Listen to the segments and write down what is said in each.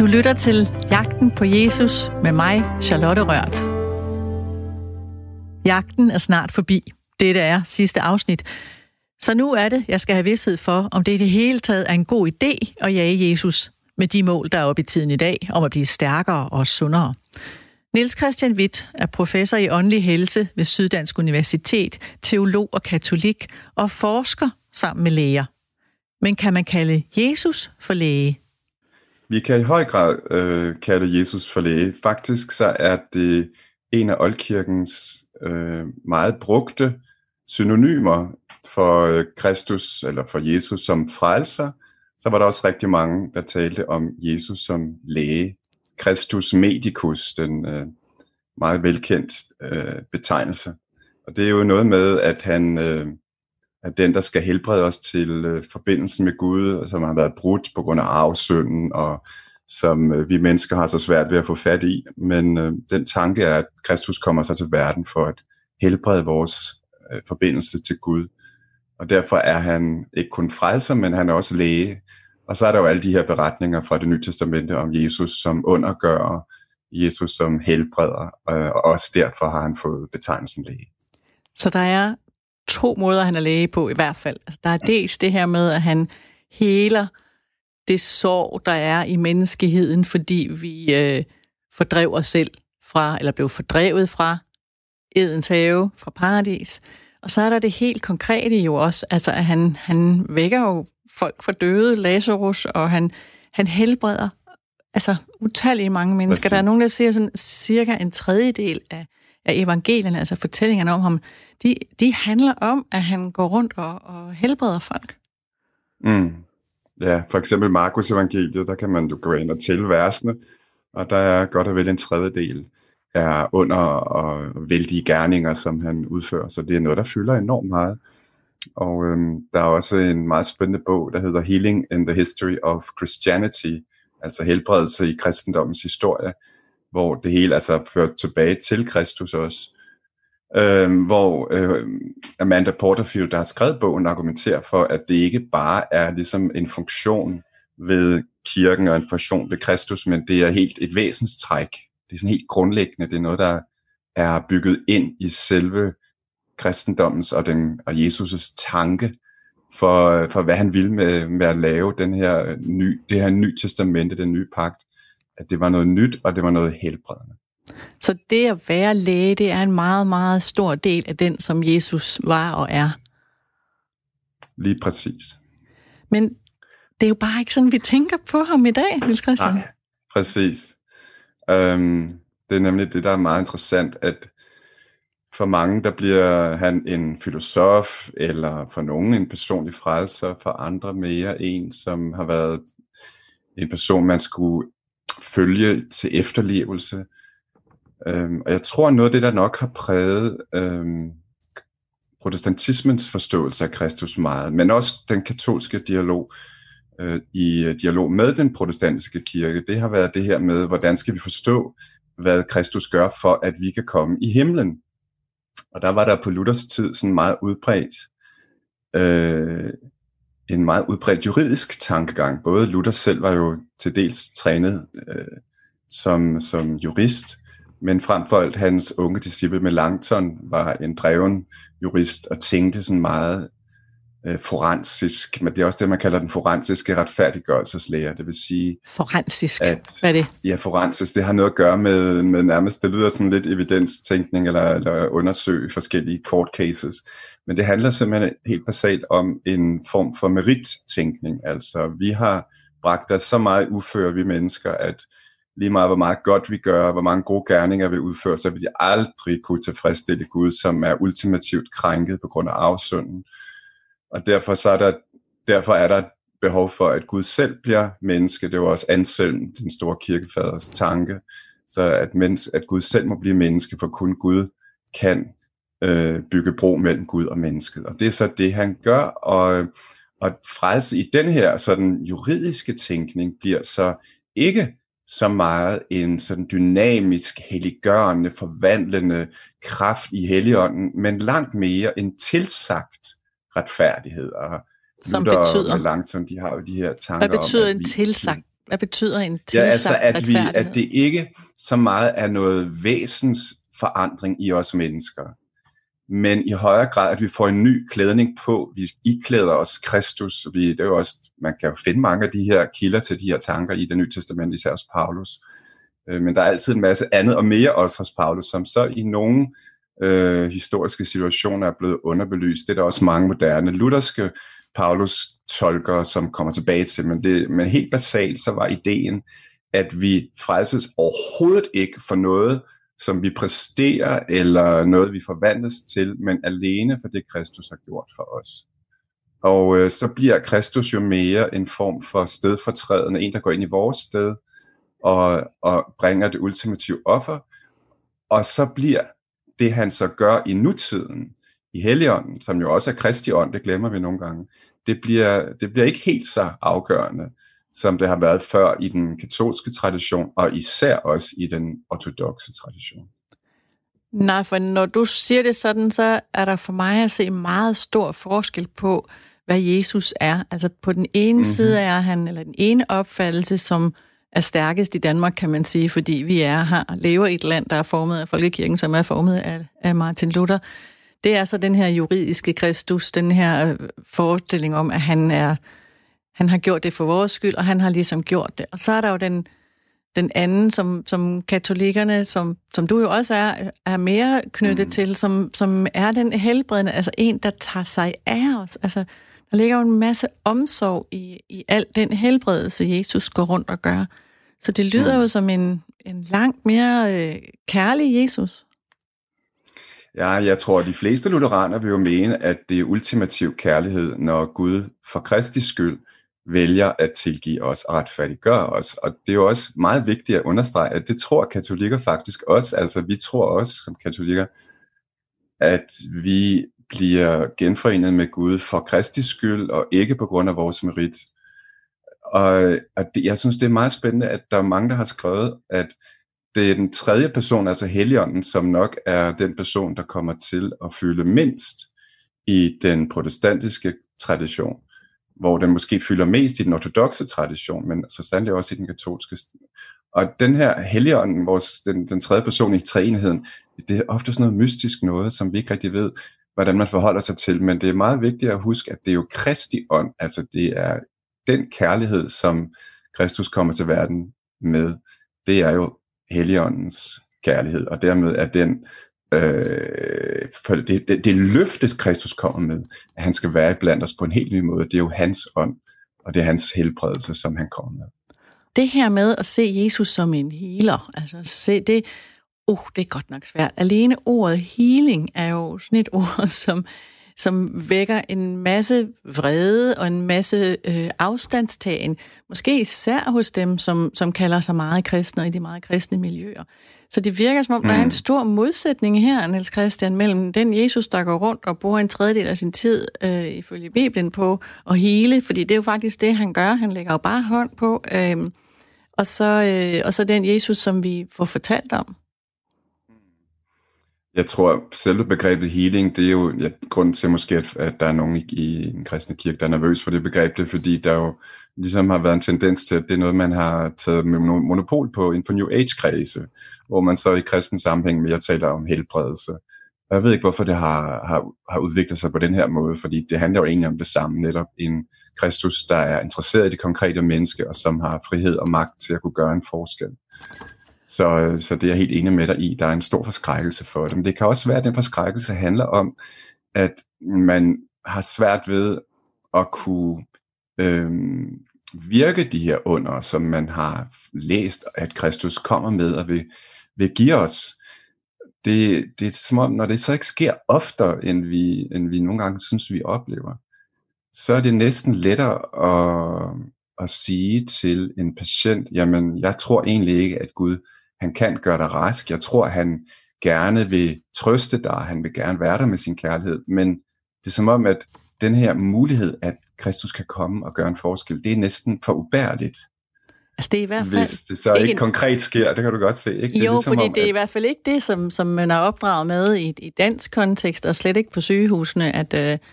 Du lytter til Jagten på Jesus med mig, Charlotte Rørt. Jagten er snart forbi. Dette er sidste afsnit. Så nu er det, jeg skal have vished for, om det i det hele taget er en god idé at jage Jesus med de mål, der er oppe i tiden i dag, om at blive stærkere og sundere. Niels Christian Hvidt er professor i åndelig helse ved Syddansk Universitet, teolog og katolik og forsker sammen med læger. Men kan man kalde Jesus for læge? Vi kan i høj grad kalde Jesus for læge. Faktisk så er det en af oldkirkens meget brugte synonymer for Kristus eller for Jesus som frelser. Så var der også rigtig mange, der talte om Jesus som læge. Christus medicus, den meget velkendt betegnelse. Og det er jo noget med, at han er den, der skal helbrede os til forbindelsen med Gud, som har været brudt på grund af arvesynden, og som vi mennesker har så svært ved at få fat i. Men den tanke er, at Kristus kommer så til verden for at helbrede vores forbindelse til Gud. Og derfor er han ikke kun frelser, men han er også læge. Og så er der jo alle de her beretninger fra Det Nye Testamente om Jesus som undergør, Jesus som helbreder, og også derfor har han fået betegnelsen læge. Så der er to måder, han er læge på i hvert fald. Altså, der er dels det her med, at han heler det sorg, der er i menneskeheden, fordi vi fordrev os selv fra, eller blev fordrevet fra Edens have, fra paradis. Og så er der det helt konkrete jo også, altså at han vækker jo folk fra døde, Lazarus, og han helbreder altså utallige mange mennesker. Præcis. Der er nogen, der siger sådan cirka en tredjedel af evangelierne, altså fortællingerne om ham, de handler om, at han går rundt og helbreder folk. Ja, for eksempel Markus evangeliet, der kan man jo gå ind og tælle versene, og der er godt og vel en tredjedel er under og vældige gerninger, som han udfører, så det er noget, der fylder enormt meget. Og der er også en meget spændende bog, der hedder Healing in the History of Christianity, altså helbredelse i kristendommens historie, hvor det hele altså ført tilbage til Kristus også. Hvor Amanda Porterfield, der har skrevet bogen, argumenterer for, at det ikke bare er ligesom en funktion ved kirken og en funktion ved Kristus, men det er helt et væsenstræk. Det er sådan helt grundlæggende. Det er noget, der er bygget ind i selve kristendommens og Jesus' tanke for hvad han ville med at lave det her nye testamente, den nye pagt. At det var noget nyt, og det var noget helbredende. Så det at være læge, det er en meget, meget stor del af den, som Jesus var og er. Lige præcis. Men det er jo bare ikke sådan, vi tænker på ham i dag, Niels Christian. Nej, præcis. Det er nemlig det, der er meget interessant, at for mange, der bliver han en filosof, eller for nogen en personlig frelser, for andre mere en, som har været en person, man skulle følge til efterlevelse. Og jeg tror, noget af det, der nok har præget protestantismens forståelse af Kristus meget, men også den katolske dialog, i dialog med den protestantiske kirke, det har været det her med, hvordan skal vi forstå, hvad Kristus gør for, at vi kan komme i himlen. Og der var der på Luthers tid sådan meget udbredt, en meget udbredt juridisk tankegang. Både Luther selv var jo til dels trænet som jurist, men frem for alt hans unge disciple Melanchthon var en dreven jurist og tænkte sådan meget forensisk, men det er også det, man kalder den forensiske retfærdiggørelseslære. Det vil sige... Forensisk? Hvad er det? Ja, forensisk. Det har noget at gøre med nærmest, det lyder sådan lidt evidenstænkning, eller undersøge forskellige court cases. Men det handler simpelthen helt basalt om en form for merittænkning. Altså, vi har bragt os så meget uføre, vi mennesker, at lige meget hvor meget godt vi gør, hvor mange gode gerninger vi udfører, så vil de aldrig kunne tilfredsstille Gud, som er ultimativt krænket på grund af arvesynden. Og derfor er der behov for, at Gud selv bliver menneske. Det var også Anselm, den store kirkefaders tanke. Så at Gud selv må blive menneske, for kun Gud kan bygge bro mellem Gud og mennesket. Og det er så det, han gør. Og frelse i den her sådan juridiske tænkning bliver så ikke så meget en sådan dynamisk, helliggørende, forvandlende kraft i Helligånden, men langt mere en tilsagt retfærdighed. Og som betyder? Melanchthon, de har jo de her tanker hvad betyder om, en tilsagt Hvad betyder en tilsagt retfærdighed? At det ikke så meget er noget væsensforandring i os mennesker, men i højere grad, at vi får en ny klædning på. Vi iklæder os Kristus. Det er jo også, man kan jo finde mange af de her kilder til de her tanker i Det Nye Testamente, især hos Paulus. Men der er altid en masse andet og mere også hos Paulus, som så i nogle historiske situationer er blevet underbelyst. Det er der også mange moderne lutherske Paulus-tolkere, som kommer tilbage til. Men helt basalt, så var ideen, at vi frelses overhovedet ikke for noget, som vi præsterer, eller noget, vi forvandles til, men alene for det, Kristus har gjort for os. Og så bliver Kristus jo mere en form for stedfortrædende, en, der går ind i vores sted, og bringer det ultimative offer, og så bliver det, han så gør i nutiden, i Helligånden, som jo også er Kristi ånd, det glemmer vi nogle gange, det bliver ikke helt så afgørende, som det har været før i den katolske tradition, og især også i den ortodokse tradition. Nej, for når du siger det sådan, så er der for mig at se meget stor forskel på, hvad Jesus er. Altså på den ene side er han, eller den ene opfattelse, som er stærkest i Danmark, kan man sige, fordi vi er her og lever i et land, der er formet af folkekirken, som er formet af Martin Luther. Det er så den her juridiske Kristus, den her forestilling om, at han har gjort det for vores skyld, og han har ligesom gjort det. Og så er der jo den anden, som katolikkerne, som du jo også er mere knyttet til, som er den helbredende, altså en, der tager sig af os. Altså, der ligger jo en masse omsorg i al den helbredelse, Jesus går rundt og gør. Så det lyder jo som en langt mere kærlig Jesus. Ja, jeg tror, at de fleste lutheraner vil jo mene, at det er ultimativ kærlighed, når Gud for Kristi skyld vælger at tilgive os og retfærdiggøre os. Og det er jo også meget vigtigt at understrege, at det tror katolikker faktisk også. Altså vi tror også som katolikker, at vi bliver genforenet med Gud for Kristi skyld og ikke på grund af vores merit. Og jeg synes, det er meget spændende, at der er mange, der har skrevet, at det er den tredje person, altså Helligånden, som nok er den person, der kommer til at fylde mindst i den protestantiske tradition, hvor den måske fylder mest i den ortodokse tradition, men så sandelig også i den katolske. Og den her Helligånden, den tredje person i treenigheden, det er ofte sådan noget mystisk noget, som vi ikke rigtig ved, hvordan man forholder sig til, men det er meget vigtigt at huske, at det er jo Kristi ånd, altså det er den kærlighed, som Kristus kommer til verden med, det er jo Helligåndens kærlighed, og dermed er den det løfte, Kristus kommer med, at han skal være blandt os på en helt ny måde. Det er jo hans ånd, og det er hans helbredelse, som han kommer med. Det her med at se Jesus som en healer, altså se det, det er godt nok svært. Alene ordet healing er jo sådan et ord, som vækker en masse vrede og en masse afstandstagen. Måske især hos dem, som kalder sig meget kristne og i de meget kristne miljøer. Så det virker som om, der er en stor modsætning her, Niels Christian, mellem den Jesus, der går rundt og bruger en tredjedel af sin tid, ifølge Bibelen, på at hele, fordi det er jo faktisk det, han gør. Han lægger jo bare hånd på. Og så den Jesus, som vi får fortalt om. Jeg tror, selve begrebet healing, det er jo grunden til måske, at der er nogen i den kristne kirke, der er nervøs for det begreb, det er fordi, der jo ligesom har været en tendens til, at det er noget, man har taget med monopol på inden for New Age-kredse, hvor man så i kristen sammenhæng mere taler om helbredelse. Og jeg ved ikke, hvorfor det har udviklet sig på den her måde, fordi det handler jo egentlig om det samme, netop en Kristus, der er interesseret i det konkrete menneske, og som har frihed og magt til at kunne gøre en forskel. Så det er jeg helt enig med dig i. Der er en stor forskrækkelse for det. Men det kan også være, at den forskrækkelse handler om, at man har svært ved at kunne virke de her under, som man har læst, at Kristus kommer med og vil give os. Det er som om, når det så ikke sker oftere, end vi nogle gange synes, vi oplever, så er det næsten lettere at sige til en patient, jamen, jeg tror egentlig ikke, at Gud han kan gøre dig rask. Jeg tror, han gerne vil trøste dig. Han vil gerne være der med sin kærlighed. Men det er som om, at den her mulighed, at Kristus kan komme og gøre en forskel, det er næsten for ubærligt. Altså det er i hvert fald hvis det så ikke konkret sker, det kan du godt se. Ikke? Det er ligesom fordi det er i hvert fald ikke det, som man er opdraget med i dansk kontekst, og slet ikke på sygehusene,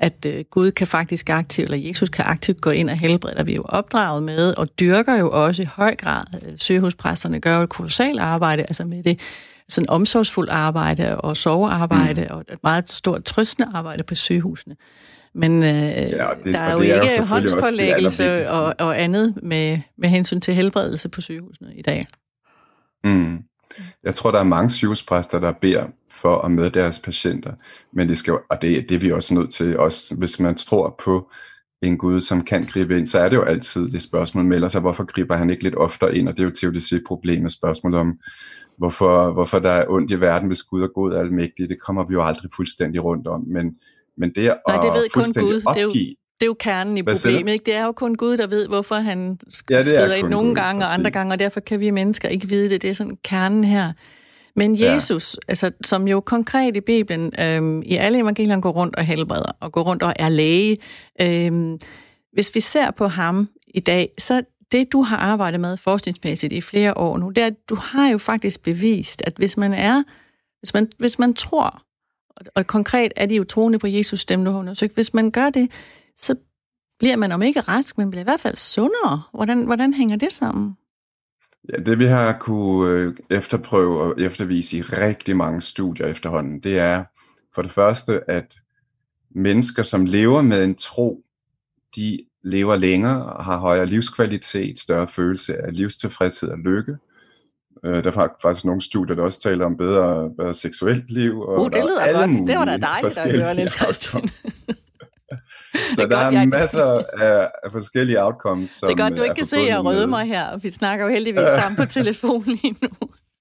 at Gud kan faktisk aktivt, eller Jesus kan aktivt gå ind og helbrede, og vi er jo opdraget med, og dyrker jo også i høj grad. Sygehuspræsterne gør jo et kolossalt arbejde, altså med det sådan omsorgsfuldt arbejde og sovearbejde, og et meget stort trøstende arbejde på sygehusene. Men der er jo ikke håndspålæggelse og andet med hensyn til helbredelse på sygehusene i dag. Jeg tror, der er mange sygehuspræster, der beder for og med deres patienter, men det skal jo, og det er vi også nødt til, også hvis man tror på en Gud, som kan gribe ind, så er det jo altid det spørgsmål melder sig, hvorfor griber han ikke lidt oftere ind, og det er jo teodicé-problemet, spørgsmål om, hvorfor der er ondt i verden, hvis Gud er god og almægtig, det kommer vi jo aldrig fuldstændig rundt om, men det at fuldstændig opgive. Det er jo kernen i problemet, ikke? Det er jo kun Gud, der ved, hvorfor han skrider ind nogle gange og andre gange, og derfor kan vi mennesker ikke vide det. Det er sådan kernen her. Men Jesus, altså, som jo konkret i Bibelen, i alle evangelierne går rundt og helbreder, og går rundt og er læge. Hvis vi ser på ham i dag, så det, du har arbejdet med forskningsmæssigt i flere år nu, det er, at du har jo faktisk bevist, at hvis man tror, og konkret er de jo troende på Jesus, dem du har undersøgt, hvis man gør det, så bliver man om ikke rask, men bliver i hvert fald sundere. Hvordan hænger det sammen? Ja, det vi har kunne efterprøve og eftervise i rigtig mange studier efterhånden, det er for det første, at mennesker, som lever med en tro, de lever længere og har højere livskvalitet, større følelse af livstilfredshed og lykke. Der er faktisk nogle studier, der også taler om bedre seksuelt liv. Og det lyder godt. Det var da dejligt at høre, Niels Christian. Så der er masser af forskellige outcomes. Det er godt, du ikke kan se, at jeg røder mig her, og vi snakker jo heldigvis sammen på telefonen lige nu.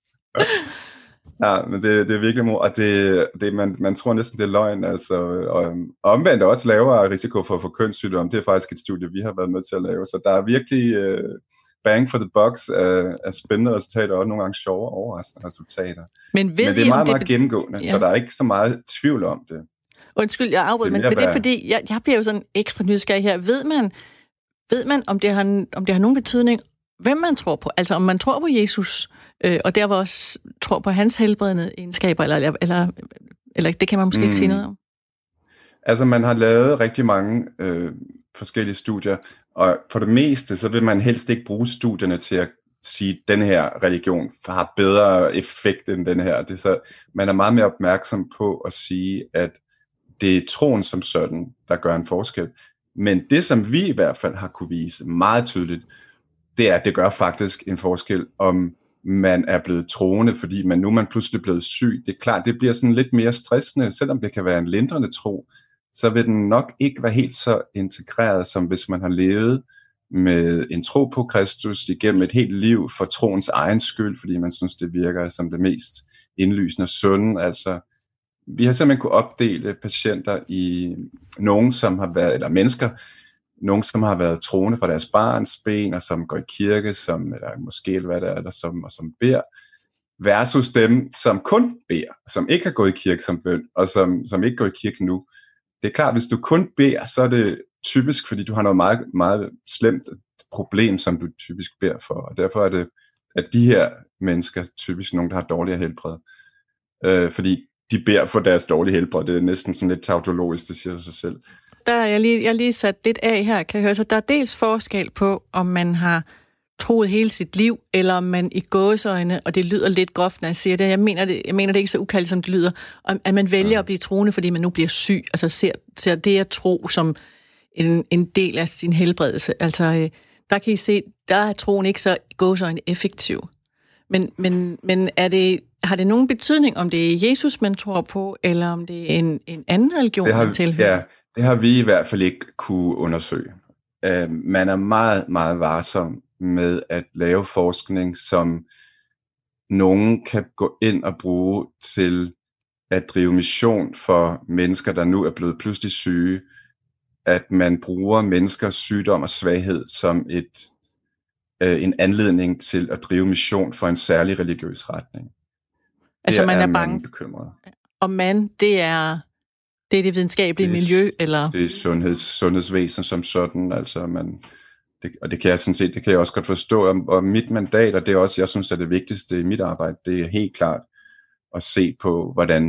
Ja, men det er virkelig mor, og man tror næsten, det er løgn, altså, og omvendt også lavere risiko for at få kønssygdom. Det er faktisk et studie, vi har været med til at lave, så der er virkelig bang for the bucks af spændende resultater, og nogle gange sjove og overraskende resultater. Men det er meget gennemgående, så der er ikke så meget tvivl om det. Undskyld, jeg afbryder, men det er fordi, jeg bliver jo sådan ekstra nysgerrig her. Ved man om det har nogen betydning, hvem man tror på? Altså om man tror på Jesus, og der også tror på hans helbredende egenskaber, eller det kan man måske ikke sige noget om? Altså man har lavet rigtig mange forskellige studier, og på det meste, så vil man helst ikke bruge studierne til at sige, at den her religion har bedre effekt end den her. Så man er meget mere opmærksom på at sige, at det er troen som sådan, der gør en forskel. Men det, som vi i hvert fald har kunne vise meget tydeligt, det er, at det gør faktisk en forskel, om man er blevet troende, fordi nu er man pludselig blevet syg. Det er klart, det bliver sådan lidt mere stressende, selvom det kan være en lindrende tro, så vil den nok ikke være helt så integreret, som hvis man har levet med en tro på Kristus igennem et helt liv for troens egen skyld, fordi man synes, det virker som det mest indlysende og sunde. Altså, vi har simpelthen kunne opdele patienter i nogen, som har været, eller mennesker, nogen, som har været troende fra deres barns ben, og som går i kirke, eller måske eller hvad det er, som beder, versus dem, som kun beder, som ikke har gået i kirke som bøn, og som ikke går i kirke nu. Det er klart, hvis du kun beder, så er det typisk, fordi du har noget meget, meget slemt problem, som du typisk beder for, og derfor er det, at de her mennesker typisk nogen, der har dårligere helbred. Fordi de beder for deres dårlige helbred. Det er næsten sådan lidt tautologisk, det siger sig selv. Der er jeg lige sat lidt af her, kan jeg høre. Så der er dels forskel på, om man har troet hele sit liv, eller om man i gåseøjne, og det lyder lidt groft, når jeg siger det, jeg mener det ikke så ukaldt, som det lyder, at man vælger at blive troende, fordi man nu bliver syg, altså ser det at tro som en del af sin helbredelse. Altså, der kan I se, der er troen ikke så i gåseøjne effektiv. Men har det nogen betydning, om det er Jesus, man tror på, eller om det er en anden religion, man tilhører? Ja, det har vi i hvert fald ikke kunne undersøge. Man er meget, meget varsom med at lave forskning, som nogen kan gå ind og bruge til at drive mission for mennesker, der nu er blevet pludselig syge. At man bruger menneskers sygdom og svaghed som en anledning til at drive mission for en særlig religiøs retning. Altså man er bange. Bekymret. Og det er det videnskabelige miljø, eller? Det er sundhedsvæsen som sådan, altså det kan jeg sådan set, det kan jeg også godt forstå, og mit mandat, og det er også, jeg synes er det vigtigste i mit arbejde, det er helt klart at se på, hvordan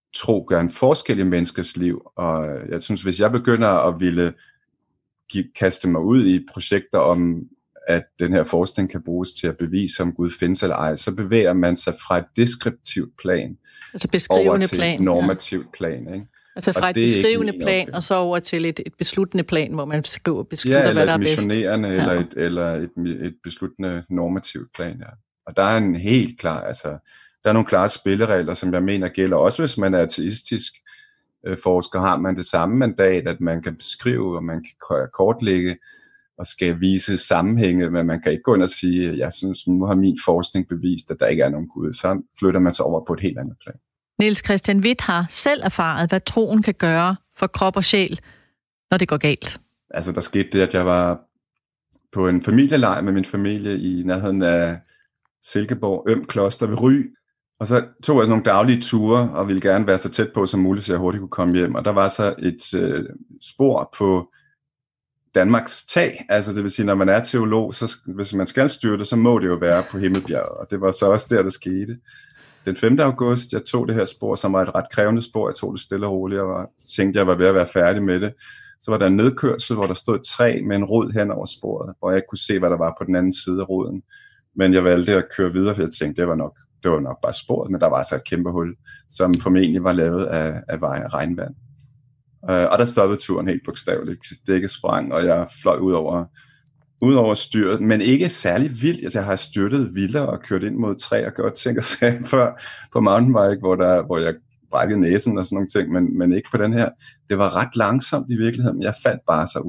tro gør en forskel i menneskers liv. Og jeg synes, hvis jeg begynder at ville kaste mig ud i projekter om, at den her forskning kan bruges til at bevise, om Gud findes eller ej, så bevæger man sig fra et deskriptivt plan altså beskrivende over til plan, et normativt plan. Ikke? Altså fra et beskrivende plan, og så over til et besluttende plan, hvor man beslutter, hvad der er bedst. Ja, eller et missionerende, eller et besluttende normativt plan, ja. Og der er en helt klar, altså, der er nogle klare spilleregler, som jeg mener gælder, også hvis man er ateistisk forsker, har man det samme mandat, at man kan beskrive, og man kan kortlægge, og skal vise sammenhænge, men man kan ikke gå ind og sige, jeg synes, nu har min forskning bevist, at der ikke er nogen Gud. Så flytter man sig over på et helt andet plan. Niels Christian Hvidt har selv erfaret, hvad troen kan gøre for krop og sjæl, når det går galt. Altså, der skete det, at jeg var på en familielejr med min familie i nærheden af Silkeborg, Øm Kloster ved Ry. Og så tog jeg nogle daglige ture, og ville gerne være så tæt på som muligt, så jeg hurtigt kunne komme hjem. Og der var så et spor på Danmarks tag, altså det vil sige, når man er teolog, så hvis man skal styrte, så må det jo være på Himmelbjerget, og det var så også der skete. Den 5. august, jeg tog det her spor, som var et ret krævende spor, jeg tog det stille og roligt, og tænkte, jeg var ved at være færdig med det. Så var der en nedkørsel, hvor der stod et træ med en rod hen over sporet, hvor jeg ikke kunne se, hvad der var på den anden side af roden. Men jeg valgte at køre videre, for jeg tænkte, det var nok bare sporet, men der var altså et kæmpe hul, som formentlig var lavet af regnvand. Og der stoppede turen helt bogstaveligt. Dækket sprang, og jeg fløj ud over styret, men ikke særlig vildt. Altså, jeg har styrtet vildere og kørt ind mod træ og gjort ting og sager før på mountainbike, hvor jeg brækkede næsen og sådan nogle ting, men ikke på den her. Det var ret langsomt i virkeligheden. Jeg fandt bare så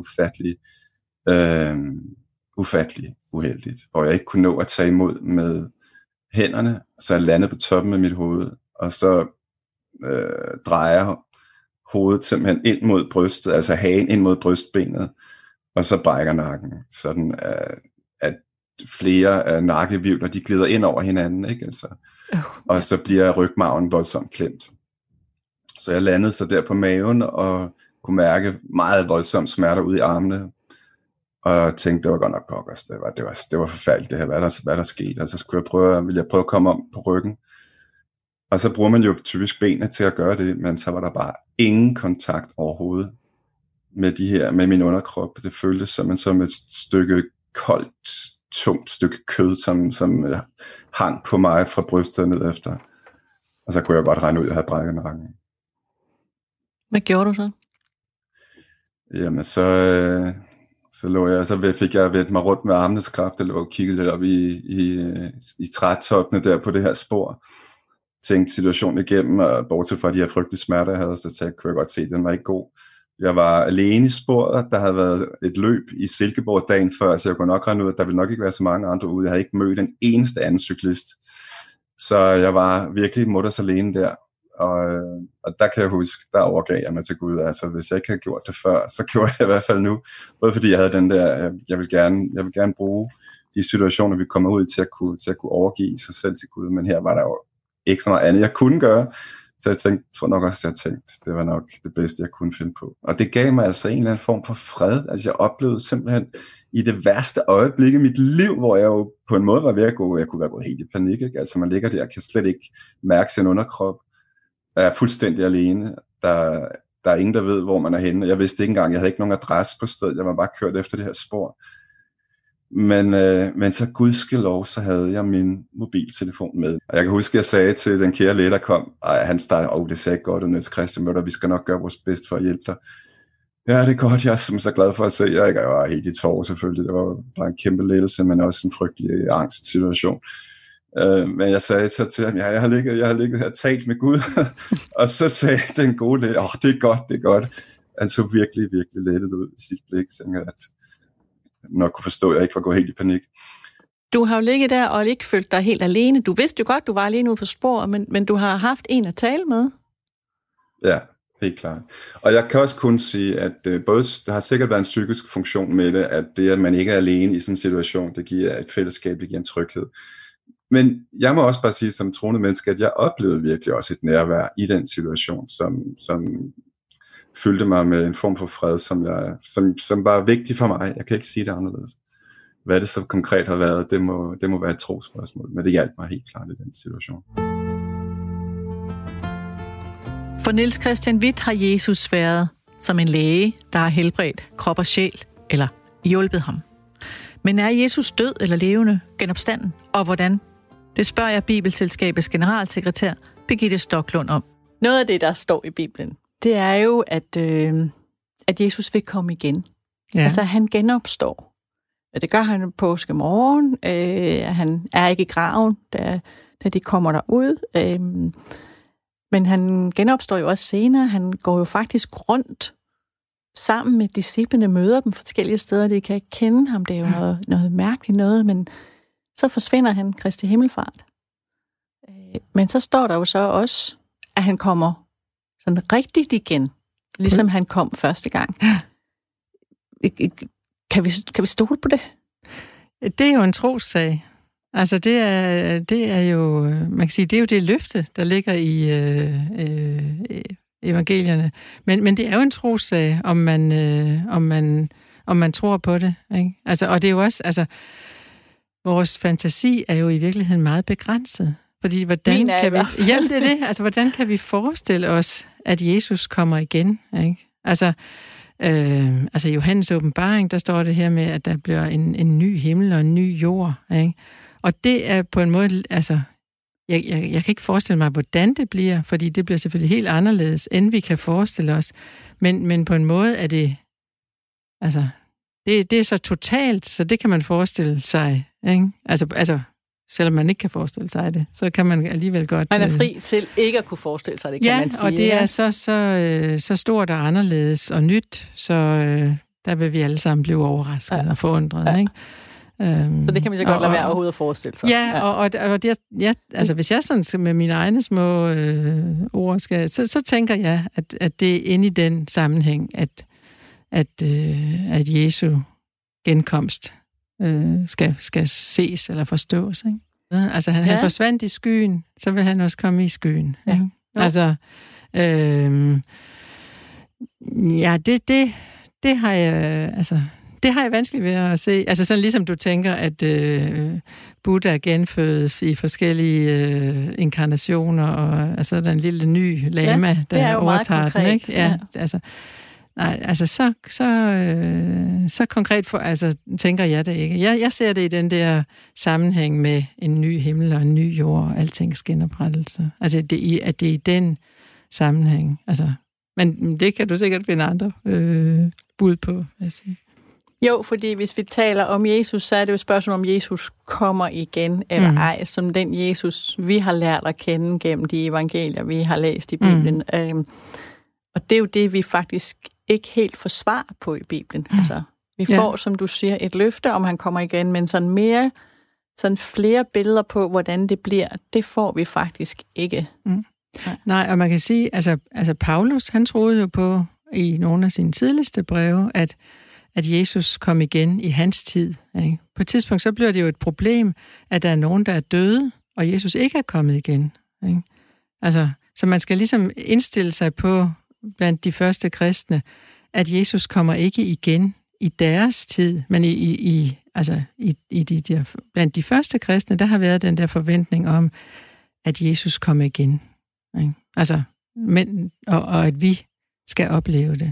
ufattelig uheldigt, hvor jeg ikke kunne nå at tage imod med hænderne, så jeg landede på toppen af mit hoved, og så drejer hovedet simpelthen ind mod brystet, altså hagen ind mod brystbenet, og så brækker nakken, sådan at flere af nakkevivler, de glider ind over hinanden, ikke? Altså. Og så bliver rygmarven voldsomt klemt. Så jeg landede så der på maven, og kunne mærke meget voldsomme smerter ud i armene, og tænkte, det var godt nok pokkers, det var forfærdeligt det her, hvad der skete, og så ville jeg prøve at komme om på ryggen. Og så bruger man jo typisk benene til at gøre det, men så var der bare ingen kontakt overhovedet med min underkrop. Det føltes som et stykke koldt, tungt stykke kød, som hang på mig fra brystet ned efter. Og så kunne jeg godt regne ud, at jeg havde brækket nakken. Hvad gjorde du så? Jamen, så fik jeg vendt mig rundt med armenes kraft, og lå og kiggede lidt op i trætoppene der på det her spor. Tænkte situationen igennem, og bortset fra de her frygtelige smerter, jeg havde, så kunne jeg godt se, at den var ikke god. Jeg var alene i sporet, der havde været et løb i Silkeborg dagen før, så jeg kunne nok regne ud, at der ville nok ikke være så mange andre ude. Jeg havde ikke mødt en eneste anden cyklist. Så jeg var virkelig mutters alene der. Og der kan jeg huske, der overgav jeg mig til Gud. Altså, hvis jeg ikke havde gjort det før, så gjorde jeg i hvert fald nu. Både fordi jeg havde den der, jeg vil gerne bruge de situationer, vi kommer ud til at kunne overgive sig selv til Gud. Men her var der jo ikke så meget andet, jeg kunne gøre. Så jeg tror nok også, at det var nok det bedste, jeg kunne finde på. Og det gav mig altså en eller anden form for fred. Altså jeg oplevede simpelthen i det værste øjeblik i mit liv, hvor jeg jo på en måde var ved at gå, jeg kunne være gået helt i panik. Ikke? Altså man ligger der og kan slet ikke mærke sin underkrop. Jeg er fuldstændig alene. Der er ingen, der ved, hvor man er henne. Jeg vidste ikke engang, jeg havde ikke nogen adresse på stedet. Jeg var bare kørt efter det her spor. Men så gudskelov, så havde jeg min mobiltelefon med. Og jeg kan huske, at jeg sagde til den kære læge, der kom, han startede, det sagde godt, og Niels Christian, vi skal nok gøre vores bedste for at hjælpe dig. Ja, det er godt, jeg er så glad for at se jer. Jeg var helt i tårer selvfølgelig, det var bare en kæmpe lettelse, men også en frygtelig angstsituation. Men jeg sagde til ham, jeg har ligget her og talt med Gud, og så sagde den gode læge, det er godt. Han så virkelig, virkelig lettet ud i sit blik, tænker at nok kunne forstå, at jeg ikke var gået helt i panik. Du har jo ligget der og ikke følt dig helt alene. Du vidste jo godt, du var alene ude på spor, men du har haft en at tale med. Ja, helt klart. Og jeg kan også kun sige, at både der har sikkert været en psykisk funktion med det, at det, at man ikke er alene i sådan en situation, det giver et fællesskab, det giver en tryghed. Men jeg må også bare sige som troende menneske, at jeg oplevede virkelig også et nærvær i den situation, som fyldte mig med en form for fred, som var vigtig for mig. Jeg kan ikke sige det anderledes. Hvad det så konkret har været, det må være et trospørgsmål, men det hjalp mig helt klart i den situation. For Niels Christian Hvidt har Jesus været som en læge, der har helbredt krop og sjæl, eller hjulpet ham. Men er Jesus død eller levende, genopstanden, og hvordan? Det spørger jeg Bibelselskabets generalsekretær, Birgitte Stoklund, om. Noget af det, der står i Bibelen, det er jo, at Jesus vil komme igen. Ja. Altså, han genopstår. Det gør han påskemorgen. Han er ikke i graven, da de kommer derud. Men han genopstår jo også senere. Han går jo faktisk rundt sammen med disciplene, møder dem forskellige steder. De kan ikke kende ham. Det er jo noget mærkeligt noget, men så forsvinder han Kristi himmelfart. Men så står der jo så også, at han kommer sådan rigtigt igen, ligesom han kom første gang. Kan vi stole på det? Det er jo en trossag. Altså det er jo, man kan sige, det er jo det løfte, der ligger i evangelierne. Men det er jo en trossag, om man tror på det, ikke? Altså, og det er jo også, altså, vores fantasi er jo i virkeligheden meget begrænset. Fordi hvordan kan vi... Jamen, det er det. Altså, hvordan kan vi forestille os, at Jesus kommer igen, ikke? Altså i Johannes åbenbaring, der står det her med, at der bliver en ny himmel og en ny jord, ikke? Og det er på en måde, altså, jeg kan ikke forestille mig, hvordan det bliver, fordi det bliver selvfølgelig helt anderledes, end vi kan forestille os. Men på en måde er det, altså, det er så totalt, så det kan man forestille sig, ikke? Altså, selvom man ikke kan forestille sig det, så kan man alligevel godt... Man er fri til ikke at kunne forestille sig det, kan man sige. Ja, og det er så stort og anderledes og nyt, så der vil vi alle sammen blive overrasket og forundret, ikke? Så det kan vi så godt lade være overhovedet at forestille sig. Ja, og det, altså hvis jeg sådan med mine egne små ord skal, så tænker jeg, at det er inde i den sammenhæng, at Jesu genkomst skal ses eller forstås, ikke? Altså han forsvandt i skyen, så vil han også komme i skyen. Ja. Ikke? Altså, det har jeg, altså, det har jeg vanskeligt ved at se. Altså sådan ligesom du tænker, at Buddha genfødes i forskellige inkarnationer, og altså der er en lille ny lama, der overtager den, ikke? Ja, altså. Nej, altså så konkret tænker jeg det ikke. Jeg ser det i den der sammenhæng med en ny himmel og en ny jord og altings genoprettelse. Altså at det er i den sammenhæng. Altså, men det kan du sikkert finde andre bud på, vil jeg sige. Jo, fordi hvis vi taler om Jesus, så er det jo et spørgsmål, om Jesus kommer igen eller ej, som den Jesus, vi har lært at kende gennem de evangelier, vi har læst i Bibelen. Og det er jo det, vi faktisk ikke helt får svar på i Bibelen. Altså, vi får, som du siger, et løfte, om han kommer igen, men sådan flere billeder på, hvordan det bliver, det får vi faktisk ikke. Nej, og man kan sige, altså Paulus, han troede jo på, i nogle af sine tidligste breve, at Jesus kom igen i hans tid, ikke? På et tidspunkt, så bliver det jo et problem, at der er nogen, der er døde, og Jesus ikke er kommet igen, ikke? Altså, så man skal ligesom indstille sig på, blandt de første kristne, at Jesus kommer ikke igen i deres tid, men blandt de første kristne, der har været den der forventning om, at Jesus kommer igen. Ikke? Altså, og at vi skal opleve det.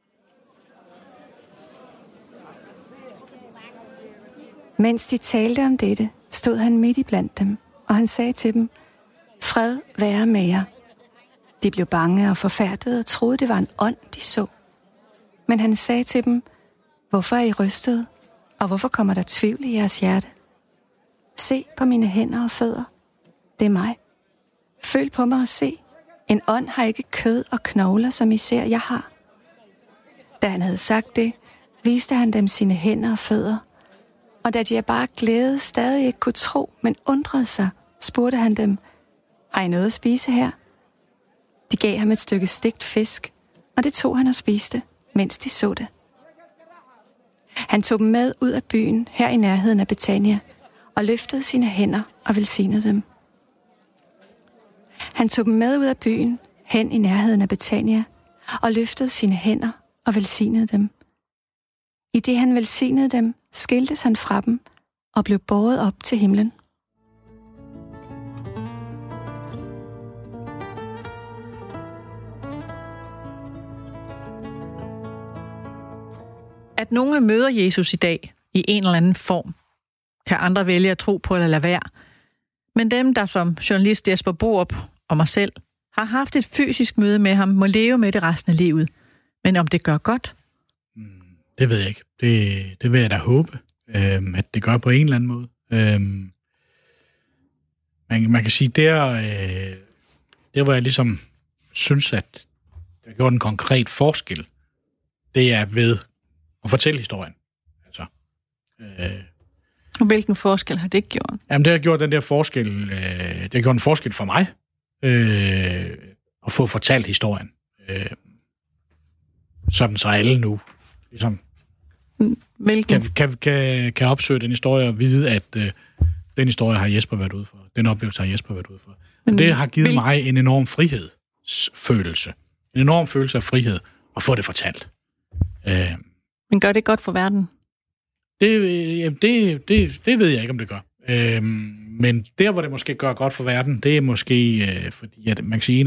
Mens de talte om dette, stod han midt i blandt dem, og han sagde til dem, fred være med jer. De blev bange og forfærdede og troede, det var en ånd, de så. Men han sagde til dem, hvorfor er I rystede, og hvorfor kommer der tvivl i jeres hjerte? Se på mine hænder og fødder. Det er mig. Føl på mig og se. En ånd har ikke kød og knogler, som I ser, jeg har. Da han havde sagt det, viste han dem sine hænder og fødder. Og da de af bare glæde stadig ikke kunne tro, men undrede sig, spurgte han dem, har I noget at spise her? De gav ham et stykke stegt fisk, og det tog han og spiste, mens de så det. Han tog dem med ud af byen, her i nærheden af Betania, og løftede sine hænder og velsignede dem. Han tog dem med ud af byen, hen i nærheden af Betania, og løftede sine hænder og velsignede dem. I det han velsignede dem, skiltes han fra dem og blev båret op til himlen. at nogle møder Jesus i dag i en eller anden form, kan andre vælge at tro på eller lade være. Men dem, der som journalist Jesper Borup og mig selv har haft et fysisk møde med ham, må leve med det resten af livet. Men om det gør godt? Det ved jeg ikke. Det vil jeg da håbe, at det gør på en eller anden måde. Man kan sige, der hvor jeg ligesom synes, at det har gjort en konkret forskel, det er ved at fortælle historien. Altså, og hvilken forskel har det gjort? Jamen, det har gjort den der forskel. Det har gjort en forskel for mig at få fortalt historien. Sådan så alle nu ligesom kan opsøge den historie og vide, at den historie har Jesper været ude for. Den oplevelse har Jesper været ude for. Og det har givet mig en enorm frihedsfølelse. En enorm følelse af frihed at få det fortalt. Men gør det godt for verden? Det ved jeg ikke, om det gør. Men der, hvor det måske gør godt for verden, det er måske, fordi at man kan sige, en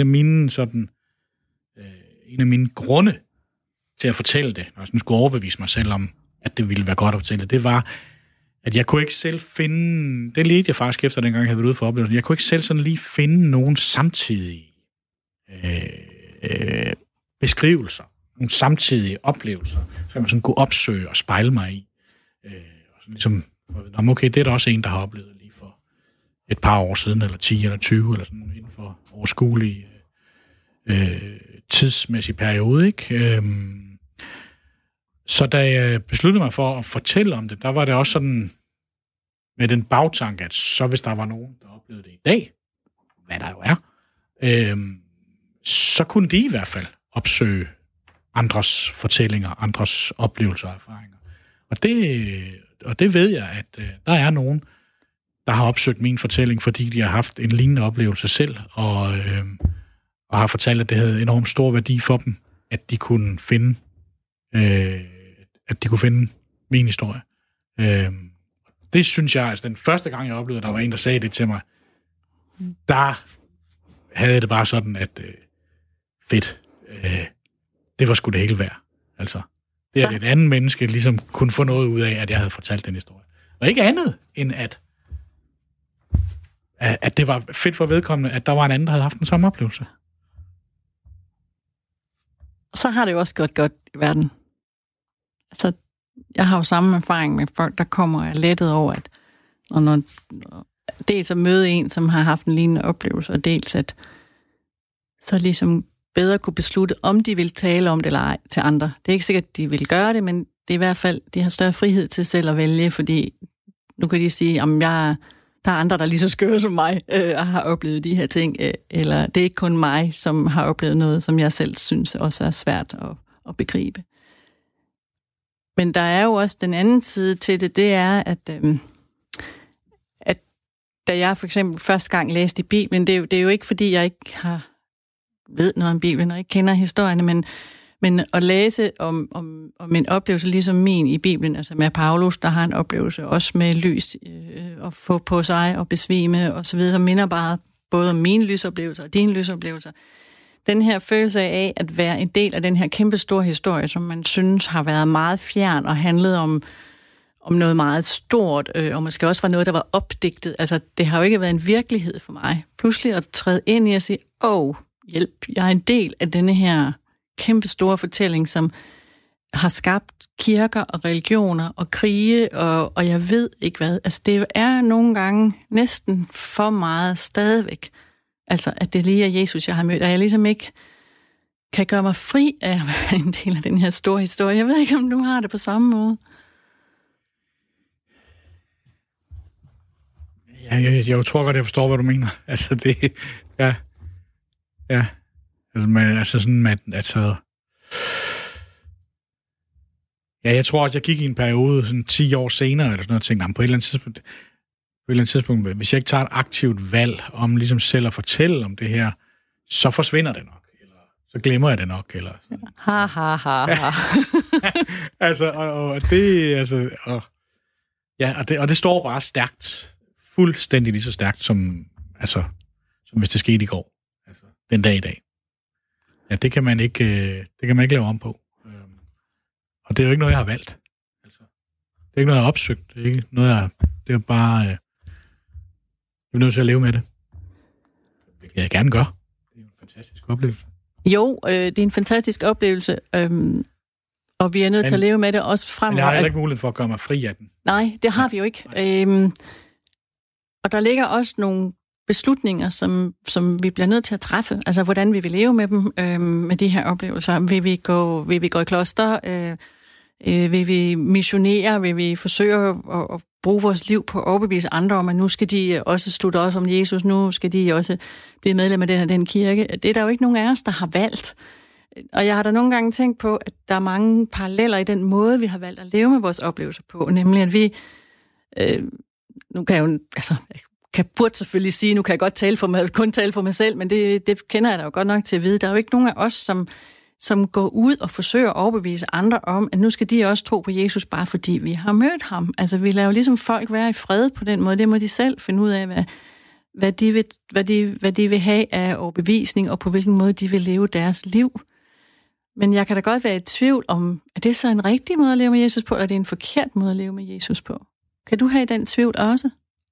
af mine grunde til at fortælle det, når jeg skulle overbevise mig selv om, at det ville være godt at fortælle det var, at jeg kunne ikke selv finde, det ledte jeg faktisk efter dengang, jeg havde været ude for oplevelsen, jeg kunne ikke selv sådan lige finde nogen samtidige beskrivelser, nogle samtidige oplevelser, som man sådan kunne opsøge og spejle mig i. Og så ligesom, okay, det er der også en, der har oplevet lige for et par år siden, eller 10 eller 20, eller sådan inden for overskuelig tidsmæssig periode, ikke? Så da jeg besluttede mig for at fortælle om det, der var det også sådan med den bagtanke, at så hvis der var nogen, der oplevede det i dag, hvad der jo er, så kunne de i hvert fald opsøge andres fortællinger, andres oplevelser og erfaringer. Og det ved jeg, at der er nogen, der har opsøgt min fortælling, fordi de har haft en lignende oplevelse selv, og har fortalt, at det havde enormt stor værdi for dem, at de kunne finde min historie. Det synes jeg, altså den første gang, jeg oplevede, at der var en, der sagde det til mig, der havde det bare sådan, at fedt, det var sgu det hele værd. Altså, det er et andet menneske ligesom kunne få noget ud af, at jeg havde fortalt den historie. Og ikke andet, end at det var fedt for vedkommende, at der var en anden, der havde haft den samme oplevelse. Så har det jo også godt i verden. Altså, jeg har jo samme erfaring med folk, der kommer og er lettet over, at når dels at møde en, som har haft en lignende oplevelse, og dels at så ligesom bedre kunne beslutte, om de vil tale om det eller ej til andre. Det er ikke sikkert, at de vil gøre det, men det er i hvert fald, de har større frihed til selv at vælge, fordi nu kan de sige, at der er andre, der er lige så skøre som mig, og har oplevet de her ting, eller det er ikke kun mig, som har oplevet noget, som jeg selv synes også er svært at begribe. Men der er jo også den anden side til det, det er, at da jeg for eksempel første gang læste i Bibelen, det er jo ikke, fordi jeg ikke ved noget om Bibelen, og ikke kender historierne, men at læse om en oplevelse ligesom min i Bibelen, altså med Paulus, der har en oplevelse også med lys, at få på sig og besvime og så videre, som minder bare både om mine lysoplevelser og dine lysoplevelser. Den her følelse af at være en del af den her kæmpe store historie, som man synes har været meget fjern og handlet om noget meget stort, og måske også var noget, der var opdigtet. Altså, det har jo ikke været en virkelighed for mig. Pludselig at træde ind i og sige, hjælp, jeg er en del af denne her kæmpe store fortælling, som har skabt kirker og religioner og krige, og jeg ved ikke hvad. Altså, det er nogle gange næsten for meget stadigvæk. Altså, at det lige er Jesus, jeg har mødt, og jeg ligesom ikke kan gøre mig fri af at være en del af den her store historie. Jeg ved ikke, om du har det på samme måde. Jeg tror godt, jeg forstår, hvad du mener. Altså, det... Ja. Altså sådan, altså... Ja, jeg tror også, jeg gik i en periode, sådan 10 år senere, eller sådan noget, og tænkte, på et eller andet tidspunkt, hvis jeg ikke tager et aktivt valg om ligesom selv at fortælle om det her, så forsvinder det nok, eller så glemmer jeg det nok, eller... Ha. Altså, og det, altså... Og det står bare stærkt, fuldstændig lige så stærkt, som hvis det skete i går. Altså, den dag i dag. Ja, det kan man ikke lave om på. Og det er jo ikke noget, jeg har valgt. er ikke noget, jeg har opsøgt. Det er ikke noget, det er bare... jeg er nødt til at leve med det. Det kan jeg gerne gøre. Det er en fantastisk oplevelse. Jo, det er en fantastisk oplevelse, og vi er nødt til at leve med det også fremover. Men jeg har heller ikke mulighed for at gøre mig fri af den. Nej, det har vi jo ikke. Og der ligger også nogle beslutninger, som vi bliver nødt til at træffe. Altså, hvordan vi vil leve med dem, med de her oplevelser. Vil vi gå i kloster? Vil vi missionere? Vil vi forsøge at bruge vores liv på at overbevise andre om, at nu skal de også slutte os om Jesus, nu skal de også blive medlem af den kirke? Det er der jo ikke nogen af os, der har valgt. Og jeg har da nogle gange tænkt på, at der er mange paralleller i den måde, vi har valgt at leve med vores oplevelser på, nemlig at vi... nu kan jeg jo... Altså, burde selvfølgelig sige, nu kan jeg godt kun tale for mig selv, men det kender jeg da jo godt nok til at vide. Der er jo ikke nogen af os, som går ud og forsøger at overbevise andre om, at nu skal de også tro på Jesus, bare fordi vi har mødt ham. Altså, vi lader jo ligesom folk være i fred på den måde. Det må de selv finde ud af, hvad de vil have af overbevisning, og på hvilken måde de vil leve deres liv. Men jeg kan da godt være i tvivl om, er det så en rigtig måde at leve med Jesus på, eller er det en forkert måde at leve med Jesus på? Kan du have den tvivl også?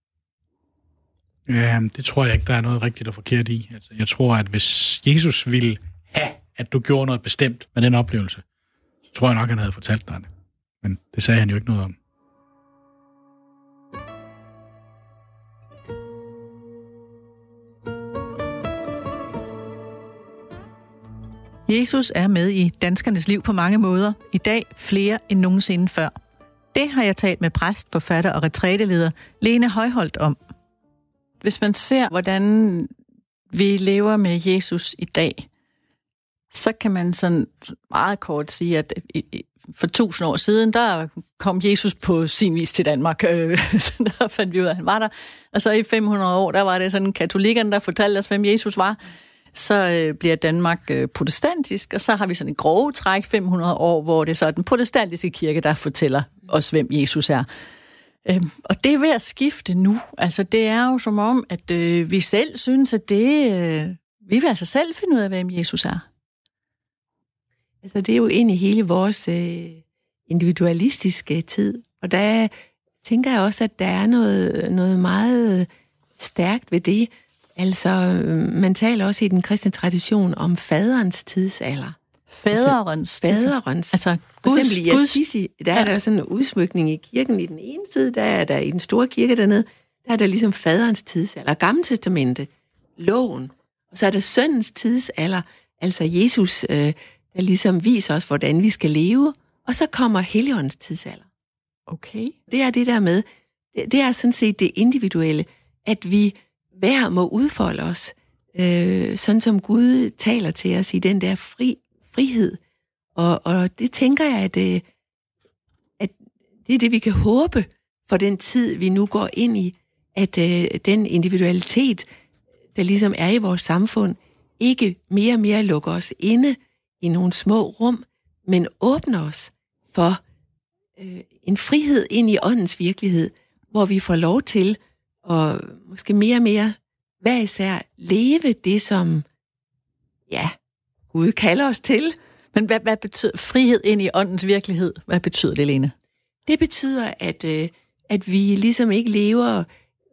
Ja, det tror jeg ikke, der er noget rigtigt og forkert i. Altså, jeg tror, at hvis Jesus ville have, at du gjorde noget bestemt med den oplevelse, så tror jeg nok, han havde fortalt dig det. Men det sagde han jo ikke noget om. Jesus er med i danskernes liv på mange måder. I dag flere end nogensinde før. Det har jeg talt med præst, forfatter og retræteleder Lene Højholt om. Hvis man ser, hvordan vi lever med Jesus i dag, så kan man sådan meget kort sige, at for 1000 år siden, der kom Jesus på sin vis til Danmark. Så der fandt vi ud af, at han var der. Og så i 500 år, der var det sådan katolikkerne, der fortalte os, hvem Jesus var. Så bliver Danmark protestantisk, og så har vi sådan en grove træk 500 år, hvor det så er den protestantiske kirke, der fortæller os, hvem Jesus er. Og det er ved at skifte nu. Altså, det er jo som om, at vi selv synes, at vi vil altså selv finde ud af, hvem Jesus er. Altså, det er jo egentlig hele vores individualistiske tid. Og der tænker jeg også, at der er noget meget stærkt ved det. Altså, man taler også i den kristne tradition om faderens tidsalder. Faderens. Altså, for eksempel i Assisi, der er der sådan en udsmykning i kirken i den ene side, der er der i den store kirke dernede, der er der ligesom faderens tidsalder, Gamle Testamente, loven, og så er der søndens tidsalder, altså Jesus, der ligesom viser os, hvordan vi skal leve, og så kommer Helligåndens tidsalder. Okay. Det er det der med, det er sådan set det individuelle, at vi hver må udfolde os, sådan som Gud taler til os i den der frihed. Og det tænker jeg, at det er det, vi kan håbe for den tid, vi nu går ind i, at den individualitet, der ligesom er i vores samfund, ikke mere og mere lukker os inde i nogle små rum, men åbner os for en frihed ind i åndens virkelighed, hvor vi får lov til at måske mere og mere hver især leve det, som Gud kalder os til. Men hvad betyder frihed ind i åndens virkelighed? Hvad betyder det, Lene? Det betyder, at vi ligesom ikke lever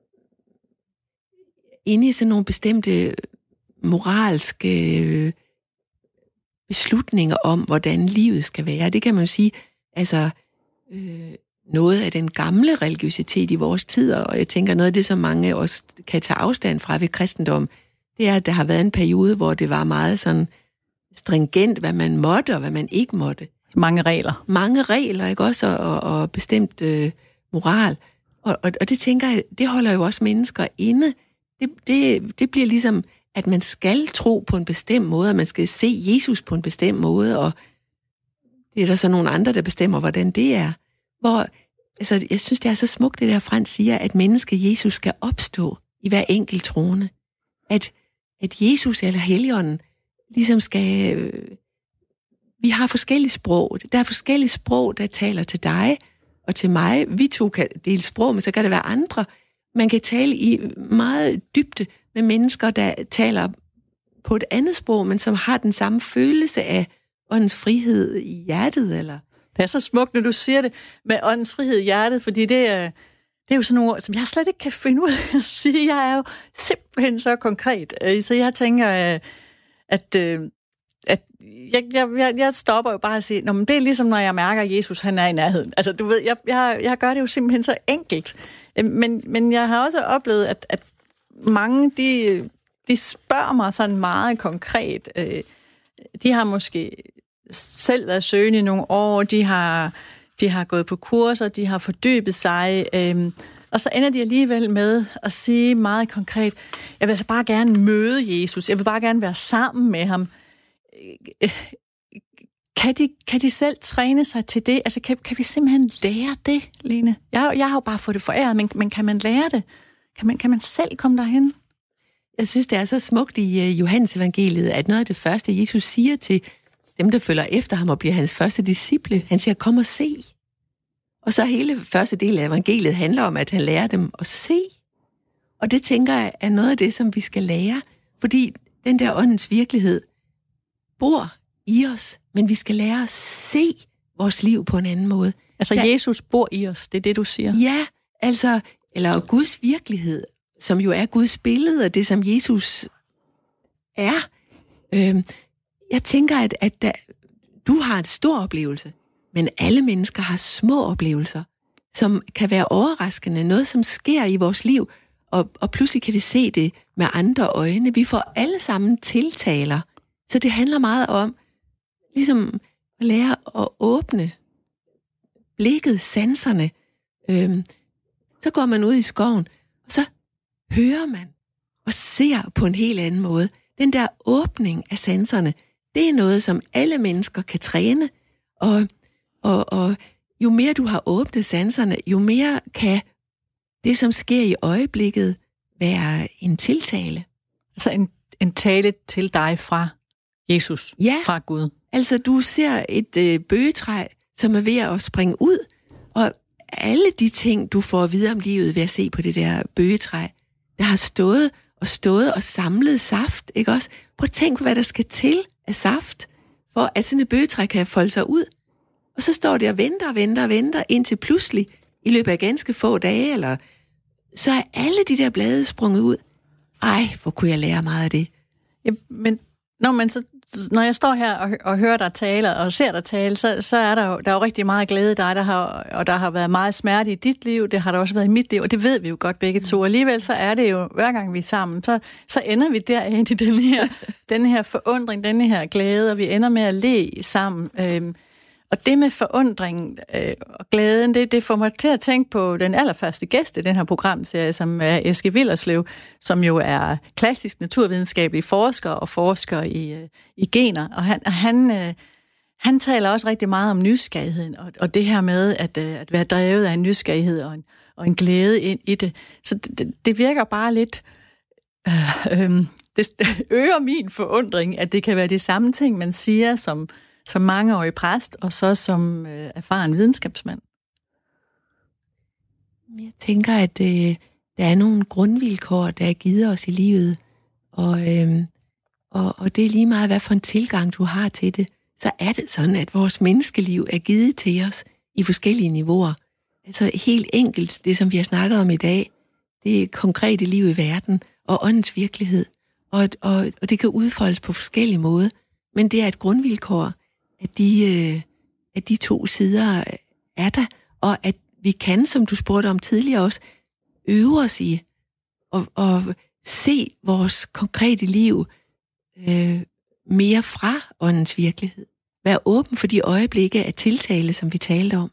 inde i sådan nogle bestemte moralske beslutninger om, hvordan livet skal være. Det kan man jo sige, altså noget af den gamle religiøsitet i vores tid, og jeg tænker noget af det, som mange også kan tage afstand fra ved kristendom, det er, at der har været en periode, hvor det var meget sådan stringent, hvad man måtte og hvad man ikke måtte. Mange regler. Mange regler, ikke også? Og bestemt moral. Og det tænker jeg, det holder jo også mennesker inde. Det bliver ligesom, at man skal tro på en bestemt måde, og man skal se Jesus på en bestemt måde, og det er der så nogle andre, der bestemmer, hvordan det er. Hvor, altså, jeg synes, det er så smukt, det der Frans siger, at mennesket Jesus skal opstå i hver enkelt troende. At Jesus eller Helligånden ligesom skal... vi har forskellige sprog. Der er forskellige sprog, der taler til dig og til mig. Vi to kan dele sprog, men så kan der være andre. Man kan tale i meget dybde med mennesker, der taler på et andet sprog, men som har den samme følelse af åndens frihed i hjertet, eller Det er så smukt, når du siger det med åndens frihed i hjertet, fordi det er jo sådan nogle ord, som jeg slet ikke kan finde ud af at sige. Jeg er jo simpelthen så konkret. Så jeg tænker, at jeg stopper jo bare at sige, men det er ligesom, når jeg mærker, at Jesus han er i nærheden. Altså, du ved, jeg gør det jo simpelthen så enkelt. Men jeg har også oplevet, at mange, de spørger mig sådan meget konkret. De har måske selv været søgende i nogle år, de har gået på kurser, de har fordybet sig, og så ender de alligevel med at sige meget konkret, jeg vil altså bare gerne møde Jesus, jeg vil bare gerne være sammen med ham. Kan de selv træne sig til det? Altså, kan vi simpelthen lære det, Lene? Jeg har jo bare fået det foræret, men kan man lære det? Kan man selv komme derhen? Jeg synes, det er så smukt i Johannes evangeliet, at noget af det første, Jesus siger til dem, der følger efter ham og bliver hans første disciple, han siger, kom og se. Og så hele første del af evangeliet handler om, at han lærer dem at se. Og det, tænker jeg, er noget af det, som vi skal lære. Fordi den der åndens virkelighed bor i os, men vi skal lære at se vores liv på en anden måde. Altså, Jesus bor i os, det er det, du siger? Ja, altså, eller Guds virkelighed, som jo er Guds billede, og det, som Jesus er. Jeg tænker, at du har en stor oplevelse, men alle mennesker har små oplevelser, som kan være overraskende. Noget, som sker i vores liv, og pludselig kan vi se det med andre øjne. Vi får alle sammen tiltaler. Så det handler meget om ligesom at lære at åbne blikket, sanserne. Så går man ud i skoven, og så hører man og ser på en helt anden måde. Den der åbning af sanserne, det er noget, som alle mennesker kan træne. Og jo mere du har åbnet sanserne, jo mere kan det, som sker i øjeblikket, være en tiltale. Altså en tale til dig fra Jesus, fra Gud. Altså du ser et bøgetræ, som er ved at springe ud, og alle de ting, du får at vide om livet ved at se på det der bøgetræ, der har stået og samlet saft, ikke også? Prøv at tænke på, hvad der skal til af saft, for at sådan et bøgetræ kan folde sig ud. Og så står det og venter, indtil pludselig, i løbet af ganske få dage, eller så er alle de der blade sprunget ud. Ej, hvor kunne jeg lære meget af det. Ja, men når jeg står her og hører dig tale, og ser dig tale, så er der jo rigtig meget glæde i dig, og der har været meget smerte i dit liv, det har der også været i mit liv, og det ved vi jo godt begge to. Alligevel så er det jo, hver gang vi er sammen, så ender vi derinde i den her forundring, den her glæde, og vi ender med at le sammen. Og det med forundringen og glæden, det får mig til at tænke på den allerførste gæst i den her programserie, som er Eske Willerslev, som jo er klassisk naturvidenskabelig forsker og forsker i gener. Og han taler også rigtig meget om nysgerrigheden, og det her med at være drevet af en nysgerrighed og en glæde ind i det. Så det virker bare lidt... det øger min forundring, at det kan være de samme ting, man siger som mangeårig præst, og så som erfaren videnskabsmand. Jeg tænker, at der er nogle grundvilkår, der er givet os i livet, og det er lige meget, hvad for en tilgang du har til det. Så er det sådan, at vores menneskeliv er givet til os i forskellige niveauer. Altså helt enkelt, det som vi har snakket om i dag, det er konkrete liv i verden og åndens virkelighed, og det kan udfoldes på forskellige måder, men det er et grundvilkår, at de to sider er der, og at vi kan, som du spurgte om tidligere også, øve os i og se vores konkrete liv mere fra åndens virkelighed. Være åben for de øjeblikke af tiltale, som vi talte om.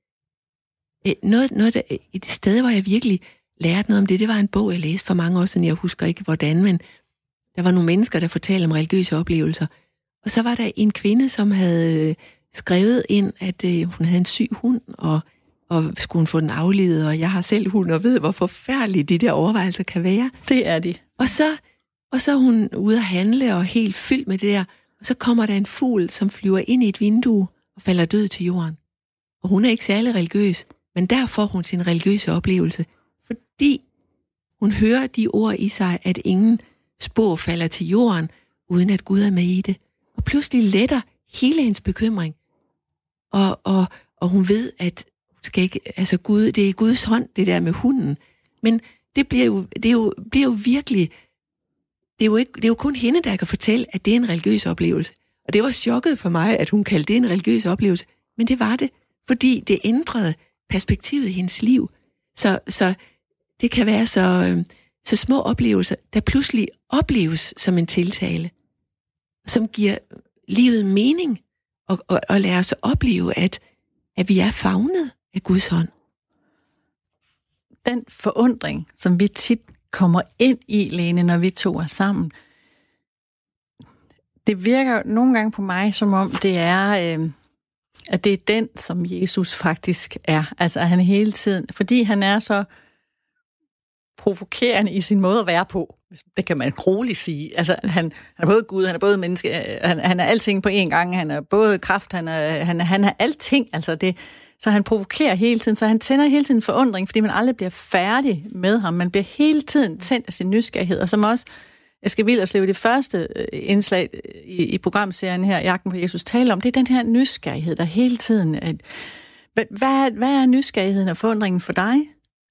Et sted, hvor jeg virkelig lærte noget om det var en bog, jeg læste for mange år siden. Jeg husker ikke hvordan, men der var nogle mennesker, der fortalte om religiøse oplevelser. Og så var der en kvinde, som havde skrevet ind, at hun havde en syg hund, og skulle hun få den aflivet, og jeg har selv hund, og ved, hvor forfærdelige de der overvejelser kan være. Det er de. Og så er hun ude at handle, og helt fyldt med det der, og så kommer der en fugl, som flyver ind i et vindue, og falder død til jorden. Og hun er ikke særlig religiøs, men der får hun sin religiøse oplevelse, fordi hun hører de ord i sig, at ingen spor falder til jorden, uden at Gud er med i det. Og pludselig letter hele hendes bekymring. og hun ved, at skal ikke, altså Gud, det er Guds hånd, det der med hunden. Men det bliver jo virkelig, det er jo kun hende, der kan fortælle, at det er en religiøs oplevelse. Og det var chokket for mig, at hun kaldte det en religiøs oplevelse. Men det var det, fordi det ændrede perspektivet i hendes liv. Så det kan være så små oplevelser, der pludselig opleves som en tiltale, som giver livet mening, og lader os opleve, at vi er favnet af Guds hånd. Den forundring, som vi tit kommer ind i, Lene, når vi to er sammen, det virker nogle gange på mig, som om det er, at det er den, som Jesus faktisk er. Altså, at han hele tiden, fordi han er så provokerende i sin måde at være på. Det kan man roligt sige. Altså, han er både Gud, han er både menneske, han er alting på én gang, han er både kraft, han er alting. Altså det, så han provokerer hele tiden, så han tænder hele tiden forundring, fordi man aldrig bliver færdig med ham. Man bliver hele tiden tændt af sin nysgerrighed, og som også Eske Willerslev, det første indslag i programserien her, Jagten på Jesus, taler om, det er den her nysgerrighed, der hele tiden... Hvad er nysgerrigheden og forundringen for dig?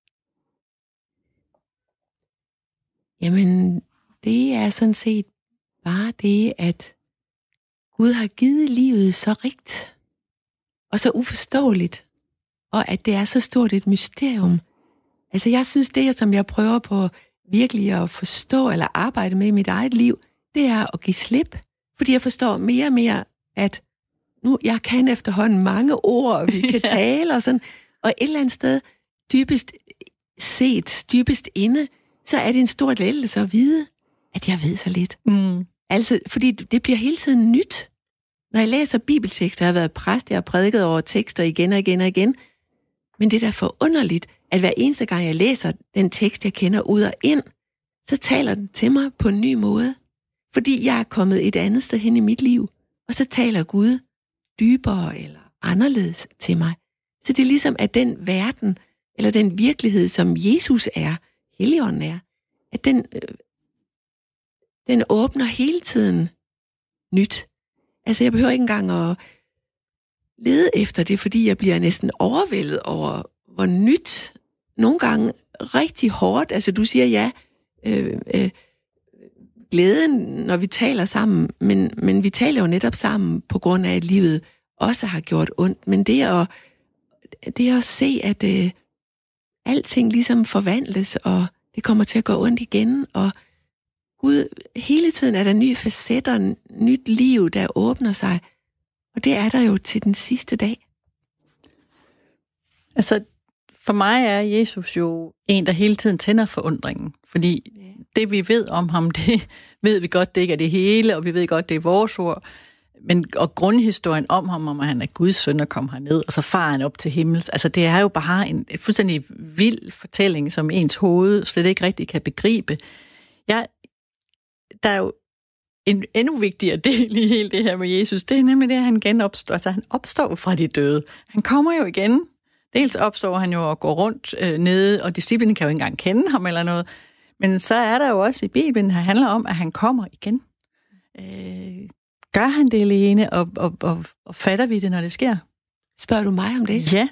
Jamen, det er sådan set bare det, at Gud har givet livet så rigt og så uforståeligt, og at det er så stort et mysterium. Altså, jeg synes, det, som jeg prøver på virkelig at forstå eller arbejde med i mit eget liv, det er at give slip. Fordi jeg forstår mere og mere, at nu, jeg kan efterhånden mange ord, og vi kan tale og sådan, og et eller andet sted, dybest inde, så er det en stor lettelse at vide, at jeg ved så lidt. Mm. Altså, fordi det bliver hele tiden nyt. Når jeg læser bibeltekster, jeg har været præst, jeg har prædiket over tekster igen og igen og igen, men det er da forunderligt, at hver eneste gang jeg læser den tekst, jeg kender ud og ind, så taler den til mig på en ny måde. Fordi jeg er kommet et andet sted hen i mit liv, og så taler Gud dybere eller anderledes til mig. Så det er ligesom, at den verden, eller den virkelighed, som Jesus er, Helligånden er, at den åbner hele tiden nyt. Altså, jeg behøver ikke engang at lede efter det, fordi jeg bliver næsten overvældet over, hvor nyt, nogle gange rigtig hårdt. Altså, du siger ja, glæden, når vi taler sammen, men vi taler jo netop sammen på grund af, at livet også har gjort ondt. Men det at se, at alting ligesom forvandles, og det kommer til at gå ondt igen, og Gud, hele tiden er der nye facetter, nyt liv, der åbner sig, og det er der jo til den sidste dag. Altså, for mig er Jesus jo en, der hele tiden tænder forundringen, fordi det, vi ved om ham, det ved vi godt, det ikke er det hele, og vi ved godt, det er vores ord, og grundhistorien om ham, om at han er Guds søn og kom herned, og så farer han op til himmels, altså det er jo bare en fuldstændig vild fortælling, som ens hoved slet ikke rigtig kan begribe. Der er jo en endnu vigtigere del i hele det her med Jesus, det er nemlig det, at han genopstår. Altså, han opstår fra de døde. Han kommer jo igen. Dels opstår han jo og går rundt nede, og disciplene kan jo ikke engang kende ham eller noget. Men så er der jo også i Bibelen, der handler om, at han kommer igen. Gør han det, Lene, og fatter vi det, når det sker? Spørger du mig om det? Ja.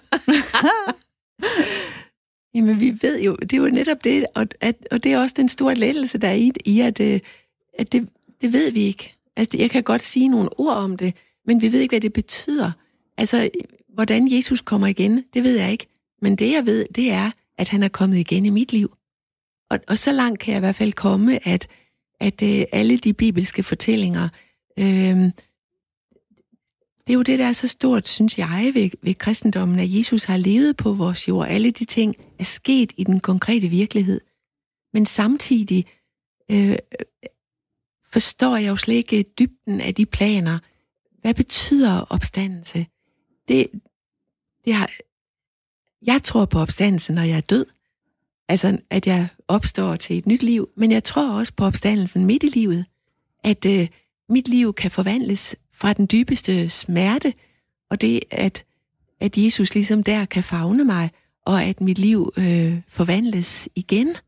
Jamen, vi ved jo, det er jo netop det, og det er også den store lettelse, der er i at det ved vi ikke. Altså, jeg kan godt sige nogle ord om det, men vi ved ikke, hvad det betyder. Altså, hvordan Jesus kommer igen, det ved jeg ikke. Men det, jeg ved, det er, at han er kommet igen i mit liv. Og så langt kan jeg i hvert fald komme, at alle de bibelske fortællinger, det er jo det, der er så stort, synes jeg, ved kristendommen, at Jesus har levet på vores jord. Alle de ting er sket i den konkrete virkelighed. Men samtidig forstår jeg jo slet ikke dybden af de planer. Hvad betyder opstandelse? Jeg tror på opstandelsen, når jeg er død. Altså, at jeg opstår til et nyt liv. Men jeg tror også på opstandelsen midt i livet. At mit liv kan forvandles fra den dybeste smerte, og det, at Jesus ligesom der kan favne mig, og at mit liv forvandles igen.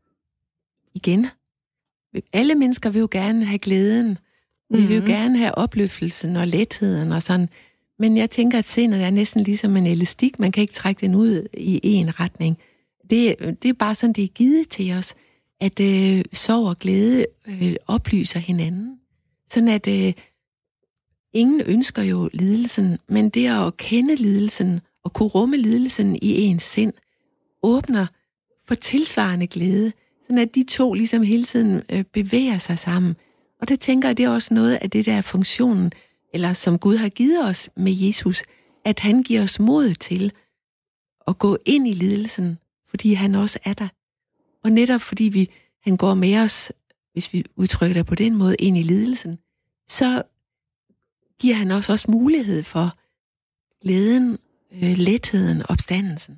Alle mennesker vil jo gerne have glæden. Vi vil jo gerne have opløftelsen og letheden og sådan. Men jeg tænker, at sindet er næsten ligesom en elastik. Man kan ikke trække den ud i en retning. Det er bare sådan, det er givet til os, at sorg og glæde oplyser hinanden. Sådan at ingen ønsker jo lidelsen, men det at kende lidelsen og kunne rumme lidelsen i ens sind, åbner for tilsvarende glæde, sådan at de to ligesom hele tiden bevæger sig sammen. Og det tænker jeg, det er også noget af det der funktionen, eller som Gud har givet os med Jesus, at han giver os mod til at gå ind i lidelsen, fordi han også er der. Og netop fordi han går med os, hvis vi udtrykker det på den måde, ind i lidelsen, så giver han os også mulighed for glæden, letheden, opstandelsen.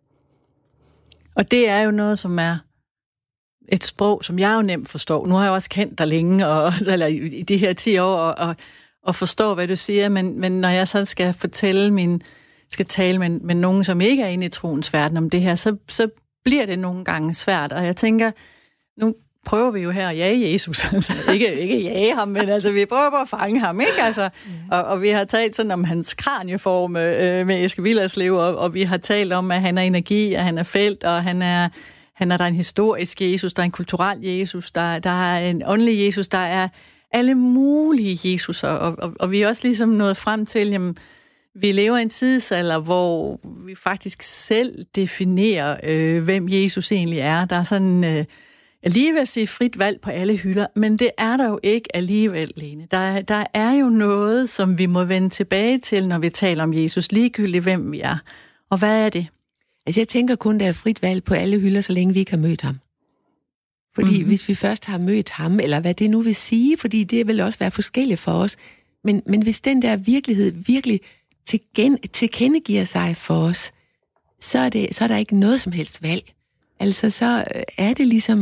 Og det er jo noget, som er et sprog, som jeg jo nemt forstår. Nu har jeg også kendt dig længe, eller i de her 10 år, og forstår, hvad du siger, men når jeg så skal tale med nogen, som ikke er inde i troens verden om det her, så bliver det nogle gange svært. Og jeg tænker, nu prøver vi jo her at jage Jesus. Altså, ikke jage ham, men altså, vi prøver bare at fange ham, ikke? Altså, og vi har talt sådan om hans kranieform med Eske Willerslev, og vi har talt om, at han er energi, og han er felt, og han er der en historisk Jesus, der er en kulturel Jesus, der er en åndelig Jesus, der er alle mulige Jesus, og vi er også ligesom nået frem til, jamen, vi lever i en tidsalder, hvor vi faktisk selv definerer, hvem Jesus egentlig er. Der er sådan alligevel sige frit valg på alle hylder, men det er der jo ikke alligevel, Lene. Der er jo noget, som vi må vende tilbage til, når vi taler om Jesus, ligegyldigt hvem vi er. Og hvad er det? Altså jeg tænker kun, der er frit valg på alle hylder, så længe vi ikke har mødt ham. Fordi hvis vi først har mødt ham, eller hvad det nu vil sige, fordi det vil også være forskelligt for os, men hvis den der virkelighed virkelig tilkendegiver sig for os, så er der ikke noget som helst valg. Altså så er det ligesom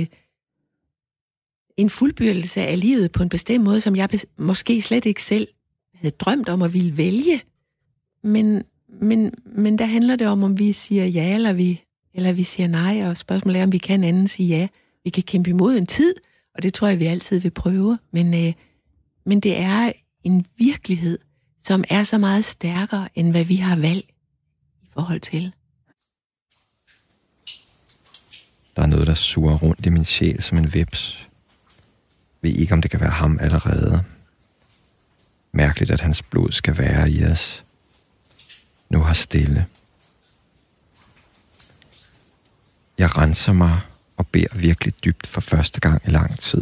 en fuldbyrdelse af livet på en bestemt måde, som jeg måske slet ikke selv havde drømt om at ville vælge. Men der handler det om vi siger ja, eller vi siger nej, og spørgsmålet er, om vi kan anden sige ja. Vi kan kæmpe imod en tid, og det tror jeg, vi altid vil prøve. Men det er en virkelighed, som er så meget stærkere, end hvad vi har valgt i forhold til. Der er noget, der suger rundt i min sjæl som en hveps. Ved ikke, om det kan være ham allerede. Mærkeligt, at hans blod skal være i os. Nu har stille. Jeg renser mig og beder virkelig dybt for første gang i lang tid.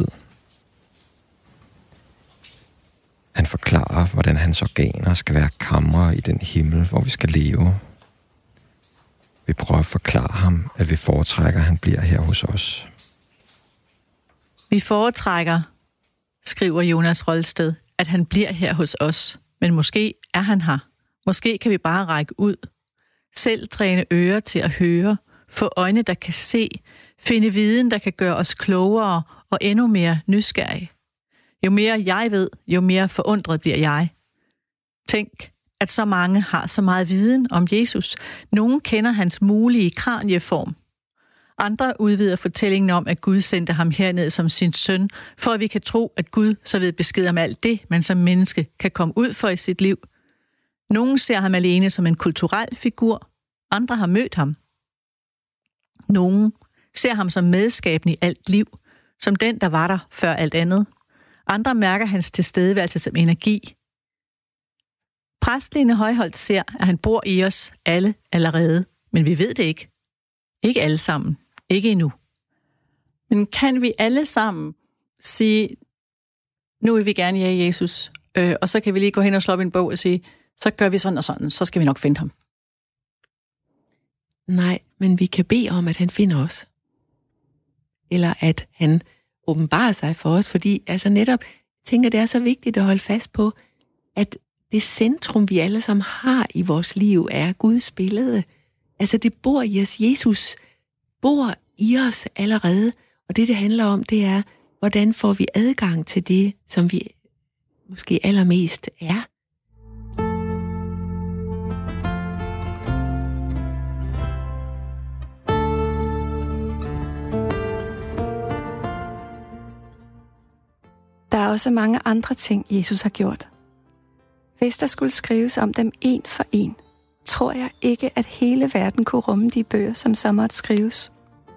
Han forklarer, hvordan hans organer skal være kamre i den himmel, hvor vi skal leve. Vi prøver at forklare ham, at vi foretrækker, at han bliver her hos os. Vi foretrækker, skriver Jonas Rolsted, at han bliver her hos os. Men måske er han her. Måske kan vi bare række ud. Selv træne ører til at høre. Få øjne, der kan se. Finde viden, der kan gøre os klogere og endnu mere nysgerrige. Jo mere jeg ved, jo mere forundret bliver jeg. Tænk, at så mange har så meget viden om Jesus. Nogle kender hans mulige kranieform. Andre udvider fortællingen om, at Gud sendte ham herned som sin søn, for at vi kan tro, at Gud så ved besked om alt det, man som menneske kan komme ud for i sit liv. Nogle ser ham alene som en kulturel figur. Andre har mødt ham. Nogle ser ham som medskabende i alt liv, som den, der var der før alt andet. Andre mærker hans tilstedeværelse som energi. Præst Lene Højholt ser, at han bor i os alle allerede, men vi ved det ikke. Ikke alle sammen. Ikke endnu. Men kan vi alle sammen sige, nu vil vi gerne jage Jesus, og så kan vi lige gå hen og slå op en bog og sige, så gør vi sådan og sådan, så skal vi nok finde ham. Nej, men vi kan bede om, at han finder os. Eller at han åbenbarer sig for os, fordi altså netop, jeg tænker, det er så vigtigt at holde fast på, at det centrum, vi alle sammen har i vores liv, er Guds billede. Altså det bor i os. Jesus bor i os allerede. Og det handler om, det er, hvordan får vi adgang til det, som vi måske allermest er. Der er også mange andre ting, Jesus har gjort. Hvis der skulle skrives om dem en for en, tror jeg ikke, at hele verden kunne rumme de bøger, som så måtte skrives.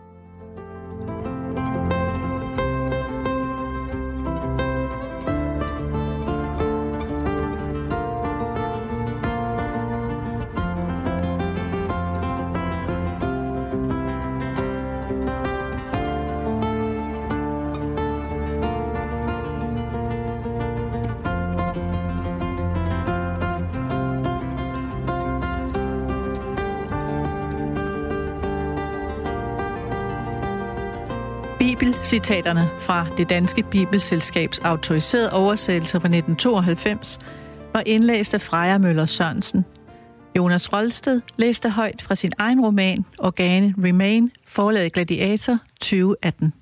Bibelcitaterne fra Det Danske Bibelselskabs autoriserede oversættelser fra 1992 var indlæst af Freja Møller Sørensen. Jonas Rolsted læste højt fra sin egen roman Organe Remain, forlaget Gladiator 2018.